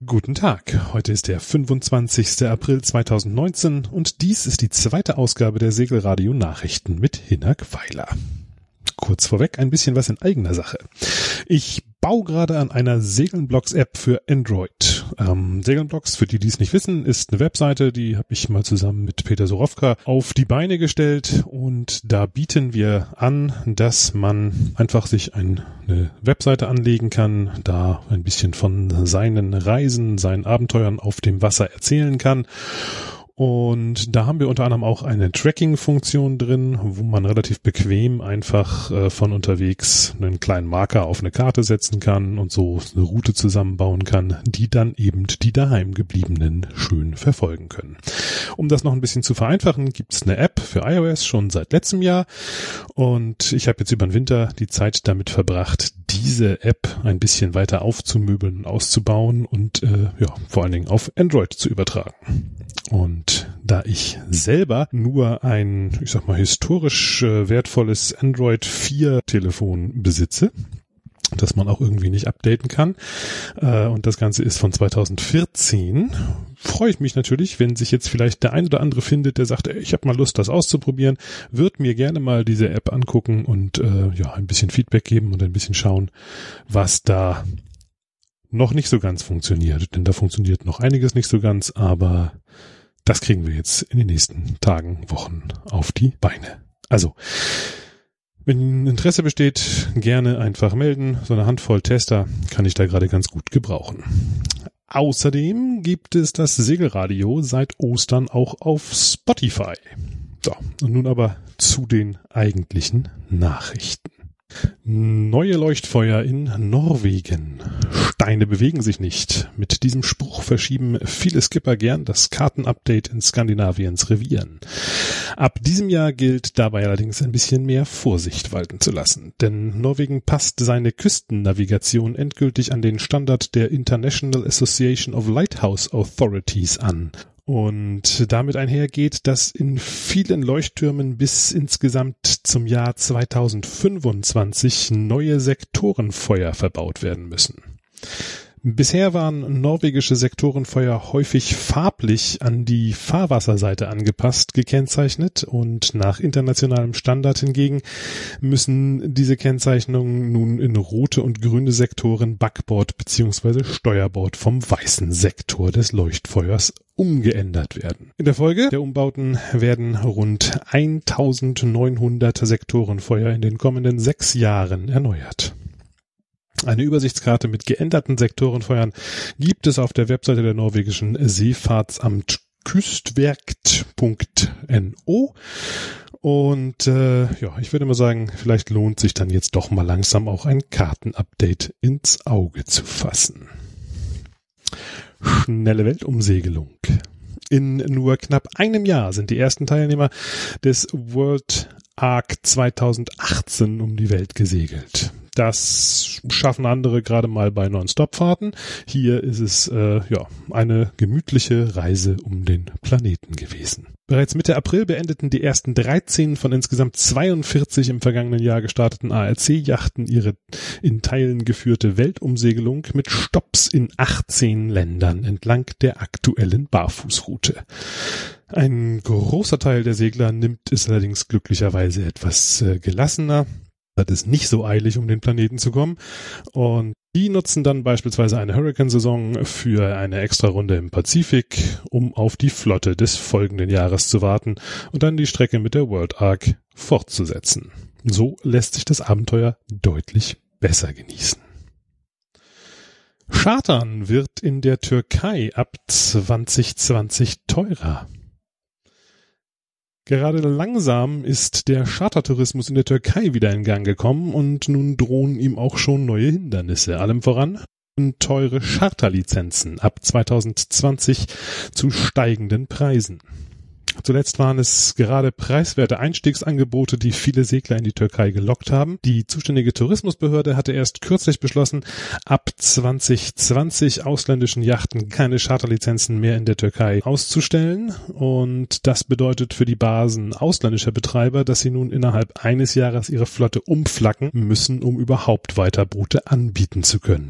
Guten Tag, heute ist der 25. April 2019 und dies ist die zweite Ausgabe der Segelradio Nachrichten mit Hinak Weiler. Kurz vorweg ein bisschen was in eigener Sache. Ich baue gerade an einer Segelnblocks-App für Android. Segelnblocks, für die es nicht wissen, ist eine Webseite, die habe ich mal zusammen mit Peter Sorowka auf die Beine gestellt und da bieten wir an, dass man einfach sich eine Webseite anlegen kann, da ein bisschen von seinen Reisen, seinen Abenteuern auf dem Wasser erzählen kann. Und da haben wir unter anderem auch eine Tracking-Funktion drin, wo man relativ bequem einfach von unterwegs einen kleinen Marker auf eine Karte setzen kann und so eine Route zusammenbauen kann, die dann eben die daheimgebliebenen schön verfolgen können. Um das noch ein bisschen zu vereinfachen, gibt es eine App für iOS schon seit letztem Jahr und ich habe jetzt über den Winter die Zeit damit verbracht, diese App ein bisschen weiter aufzumöbeln und auszubauen und vor allen Dingen auf Android zu übertragen. Und da ich selber nur ein, historisch wertvolles Android 4 Telefon besitze, das man auch irgendwie nicht updaten kann, und das Ganze ist von 2014, freue ich mich natürlich, wenn sich jetzt vielleicht der ein oder andere findet, der sagt, ich habe mal Lust, das auszuprobieren, wird mir gerne mal diese App angucken und ein bisschen Feedback geben und ein bisschen schauen, was da noch nicht so ganz funktioniert. Denn da funktioniert noch einiges nicht so ganz, aber das kriegen wir jetzt in den nächsten Tagen, Wochen auf die Beine. Also, wenn Interesse besteht, gerne einfach melden. So eine Handvoll Tester kann ich da gerade ganz gut gebrauchen. Außerdem gibt es das Segelradio seit Ostern auch auf Spotify. So, und nun aber zu den eigentlichen Nachrichten. Neue Leuchtfeuer in Norwegen. Steine bewegen sich nicht. Mit diesem Spruch verschieben viele Skipper gern das Kartenupdate in Skandinaviens Revieren. Ab diesem Jahr gilt dabei allerdings ein bisschen mehr Vorsicht walten zu lassen, denn Norwegen passt seine Küstennavigation endgültig an den Standard der International Association of Lighthouse Authorities an. Und damit einhergeht, dass in vielen Leuchttürmen bis insgesamt zum Jahr 2025 neue Sektorenfeuer verbaut werden müssen. Bisher waren norwegische Sektorenfeuer häufig farblich an die Fahrwasserseite angepasst gekennzeichnet und nach internationalem Standard hingegen müssen diese Kennzeichnungen nun in rote und grüne Sektoren Backbord bzw. Steuerbord vom weißen Sektor des Leuchtfeuers umgeändert werden. In der Folge der Umbauten werden rund 1900 Sektorenfeuer in den kommenden 6 Jahren erneuert. Eine Übersichtskarte mit geänderten Sektorenfeuern gibt es auf der Webseite der norwegischen Seefahrtsamt kystverket.no und ich würde mal sagen, vielleicht lohnt sich dann jetzt doch mal langsam auch ein Kartenupdate ins Auge zu fassen. Schnelle Weltumsegelung. In nur knapp einem Jahr sind die ersten Teilnehmer des World Arc 2018 um die Welt gesegelt. Das schaffen andere gerade mal bei Non-Stop-Fahrten. Hier ist es eine gemütliche Reise um den Planeten gewesen. Bereits Mitte April beendeten die ersten 13 von insgesamt 42 im vergangenen Jahr gestarteten ARC-Yachten ihre in Teilen geführte Weltumsegelung mit Stopps in 18 Ländern entlang der aktuellen Barfußroute. Ein großer Teil der Segler nimmt es allerdings glücklicherweise etwas gelassener. Hat es nicht so eilig, um den Planeten zu kommen. Und die nutzen dann beispielsweise eine Hurricane-Saison für eine Extra-Runde im Pazifik, um auf die Flotte des folgenden Jahres zu warten und dann die Strecke mit der World Arc fortzusetzen. So lässt sich das Abenteuer deutlich besser genießen. Chartern wird in der Türkei ab 2020 teurer. Gerade langsam ist der Chartertourismus in der Türkei wieder in Gang gekommen und nun drohen ihm auch schon neue Hindernisse. Allem voran teure Charterlizenzen ab 2020 zu steigenden Preisen. Zuletzt waren es gerade preiswerte Einstiegsangebote, die viele Segler in die Türkei gelockt haben. Die zuständige Tourismusbehörde hatte erst kürzlich beschlossen, ab 2020 ausländischen Yachten keine Charterlizenzen mehr in der Türkei auszustellen. Und das bedeutet für die Basen ausländischer Betreiber, dass sie nun innerhalb eines Jahres ihre Flotte umflacken müssen, um überhaupt weiter Boote anbieten zu können.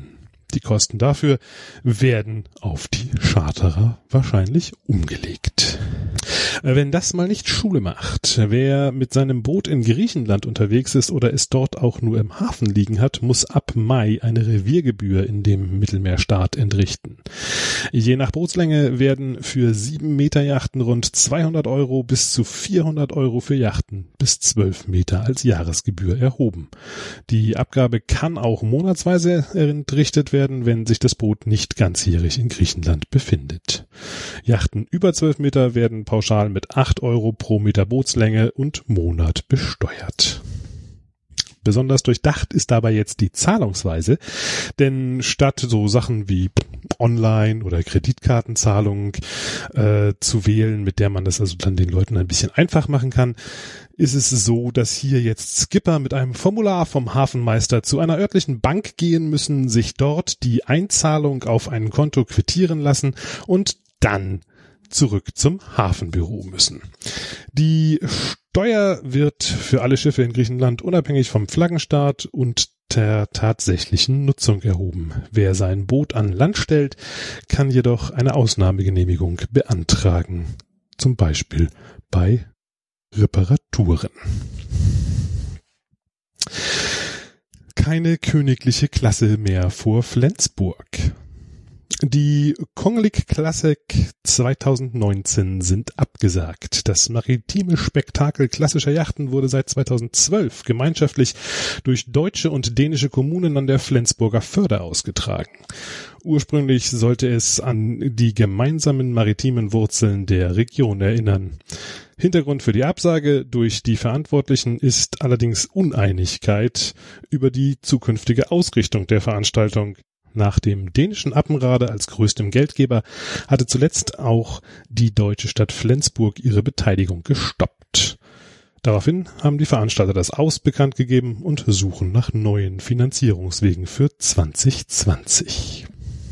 Die Kosten dafür werden auf die Charterer wahrscheinlich umgelegt. Wenn das mal nicht Schule macht, wer mit seinem Boot in Griechenland unterwegs ist oder es dort auch nur im Hafen liegen hat, muss ab Mai eine Reviergebühr in dem Mittelmeerstaat entrichten. Je nach Bootslänge werden für 7 Meter Yachten rund 200 € bis zu 400 € für Yachten bis 12 Meter als Jahresgebühr erhoben. Die Abgabe kann auch monatsweise entrichtet werden, wenn sich das Boot nicht ganzjährig in Griechenland befindet. Yachten über 12 Meter werden pauschal mit 8 € pro Meter Bootslänge und Monat besteuert. Besonders durchdacht ist dabei jetzt die Zahlungsweise, denn statt so Sachen wie Online- oder Kreditkartenzahlung zu wählen, mit der man das also dann den Leuten ein bisschen einfach machen kann, ist es so, dass hier jetzt Skipper mit einem Formular vom Hafenmeister zu einer örtlichen Bank gehen müssen, sich dort die Einzahlung auf ein Konto quittieren lassen und dann zurück zum Hafenbüro müssen. Die Steuer wird für alle Schiffe in Griechenland unabhängig vom Flaggenstaat und der tatsächlichen Nutzung erhoben. Wer sein Boot an Land stellt, kann jedoch eine Ausnahmegenehmigung beantragen. Zum Beispiel bei Reparaturen. Keine königliche Klasse mehr vor Flensburg. Die Konglik Classic 2019 sind abgesagt. Das maritime Spektakel klassischer Yachten wurde seit 2012 gemeinschaftlich durch deutsche und dänische Kommunen an der Flensburger Förde ausgetragen. Ursprünglich sollte es an die gemeinsamen maritimen Wurzeln der Region erinnern. Hintergrund für die Absage durch die Verantwortlichen ist allerdings Uneinigkeit über die zukünftige Ausrichtung der Veranstaltung. Nach dem dänischen Appenrade als größtem Geldgeber hatte zuletzt auch die deutsche Stadt Flensburg ihre Beteiligung gestoppt. Daraufhin haben die Veranstalter das Aus bekannt gegeben und suchen nach neuen Finanzierungswegen für 2020.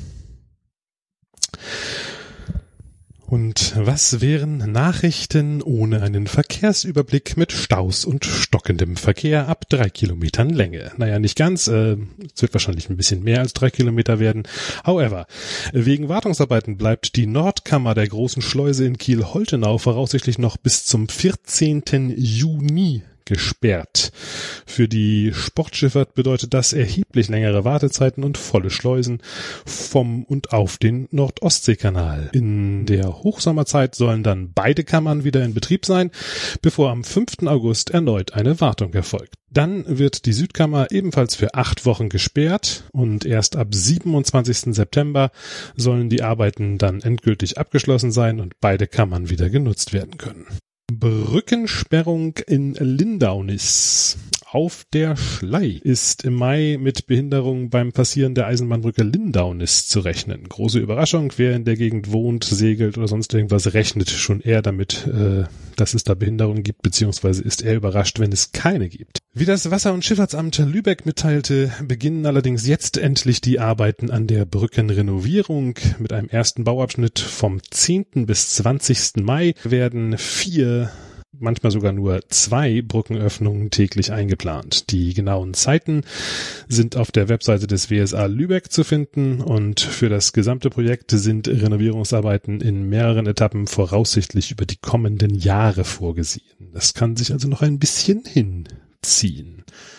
Und was wären Nachrichten ohne einen Verkehrsüberblick mit Staus und stockendem Verkehr ab 3 Kilometern Länge? Naja, nicht ganz. Es wird wahrscheinlich ein bisschen mehr als 3 Kilometer werden. However, wegen Wartungsarbeiten bleibt die Nordkammer der großen Schleuse in Kiel-Holtenau voraussichtlich noch bis zum 14. Juni gesperrt. Für die Sportschifffahrt bedeutet das erheblich längere Wartezeiten und volle Schleusen vom und auf den Nord-Ostsee-Kanal. In der Hochsommerzeit sollen dann beide Kammern wieder in Betrieb sein, bevor am 5. August erneut eine Wartung erfolgt. Dann wird die Südkammer ebenfalls für 8 Wochen gesperrt und erst ab 27. September sollen die Arbeiten dann endgültig abgeschlossen sein und beide Kammern wieder genutzt werden können. Brückensperrung in Lindaunis. Auf der Schlei ist im Mai mit Behinderung beim Passieren der Eisenbahnbrücke Lindaunis zu rechnen. Große Überraschung, wer in der Gegend wohnt, segelt oder sonst irgendwas, rechnet schon eher damit, dass es da Behinderungen gibt, beziehungsweise ist er überrascht, wenn es keine gibt. Wie das Wasser- und Schifffahrtsamt Lübeck mitteilte, beginnen allerdings jetzt endlich die Arbeiten an der Brückenrenovierung. Mit einem ersten Bauabschnitt vom 10. bis 20. Mai werden 4, manchmal sogar nur 2 Brückenöffnungen täglich eingeplant. Die genauen Zeiten sind auf der Webseite des WSA Lübeck zu finden und für das gesamte Projekt sind Renovierungsarbeiten in mehreren Etappen voraussichtlich über die kommenden Jahre vorgesehen. Das kann sich also noch ein bisschen hinziehen.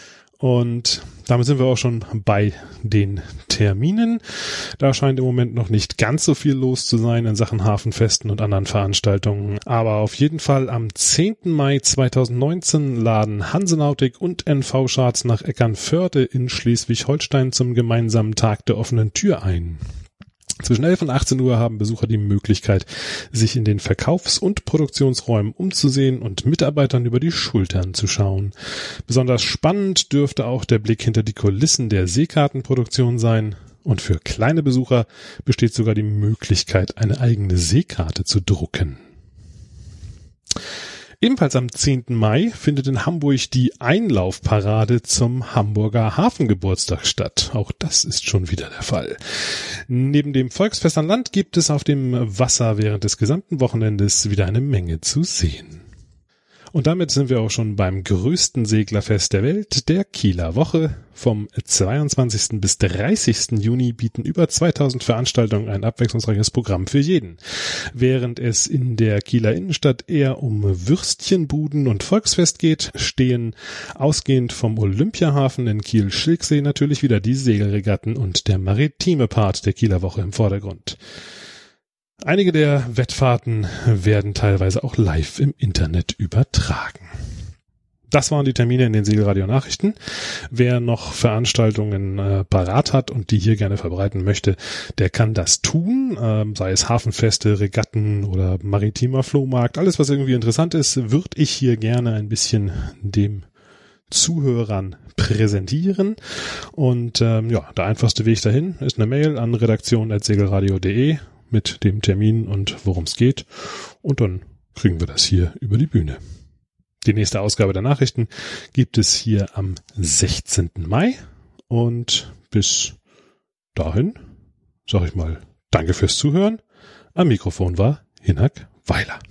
Und damit sind wir auch schon bei den Terminen. Da scheint im Moment noch nicht ganz so viel los zu sein in Sachen Hafenfesten und anderen Veranstaltungen. Aber auf jeden Fall am 10. Mai 2019 laden Hansenautic und NV Scharz nach Eckernförde in Schleswig-Holstein zum gemeinsamen Tag der offenen Tür ein. Zwischen 11 und 18 Uhr haben Besucher die Möglichkeit, sich in den Verkaufs- und Produktionsräumen umzusehen und Mitarbeitern über die Schultern zu schauen. Besonders spannend dürfte auch der Blick hinter die Kulissen der Seekartenproduktion sein. Und für kleine Besucher besteht sogar die Möglichkeit, eine eigene Seekarte zu drucken. Ebenfalls am 10. Mai findet in Hamburg die Einlaufparade zum Hamburger Hafengeburtstag statt. Auch das ist schon wieder der Fall. Neben dem Volksfest an Land gibt es auf dem Wasser während des gesamten Wochenendes wieder eine Menge zu sehen. Und damit sind wir auch schon beim größten Seglerfest der Welt, der Kieler Woche. Vom 22. bis 30. Juni bieten über 2000 Veranstaltungen ein abwechslungsreiches Programm für jeden. Während es in der Kieler Innenstadt eher um Würstchenbuden und Volksfest geht, stehen ausgehend vom Olympiahafen in Kiel-Schilksee natürlich wieder die Segelregatten und der maritime Part der Kieler Woche im Vordergrund. Einige der Wettfahrten werden teilweise auch live im Internet übertragen. Das waren die Termine in den Segelradio Nachrichten. Wer noch Veranstaltungen parat hat und die hier gerne verbreiten möchte, der kann das tun, sei es Hafenfeste, Regatten oder maritimer Flohmarkt. Alles, was irgendwie interessant ist, würde ich hier gerne ein bisschen dem Zuhörern präsentieren. Und der einfachste Weg dahin ist eine Mail an redaktion@segelradio.de mit dem Termin und worum es geht. Und dann kriegen wir das hier über die Bühne. Die nächste Ausgabe der Nachrichten gibt es hier am 16. Mai. Und bis dahin sage ich mal Danke fürs Zuhören. Am Mikrofon war Hinak Weiler.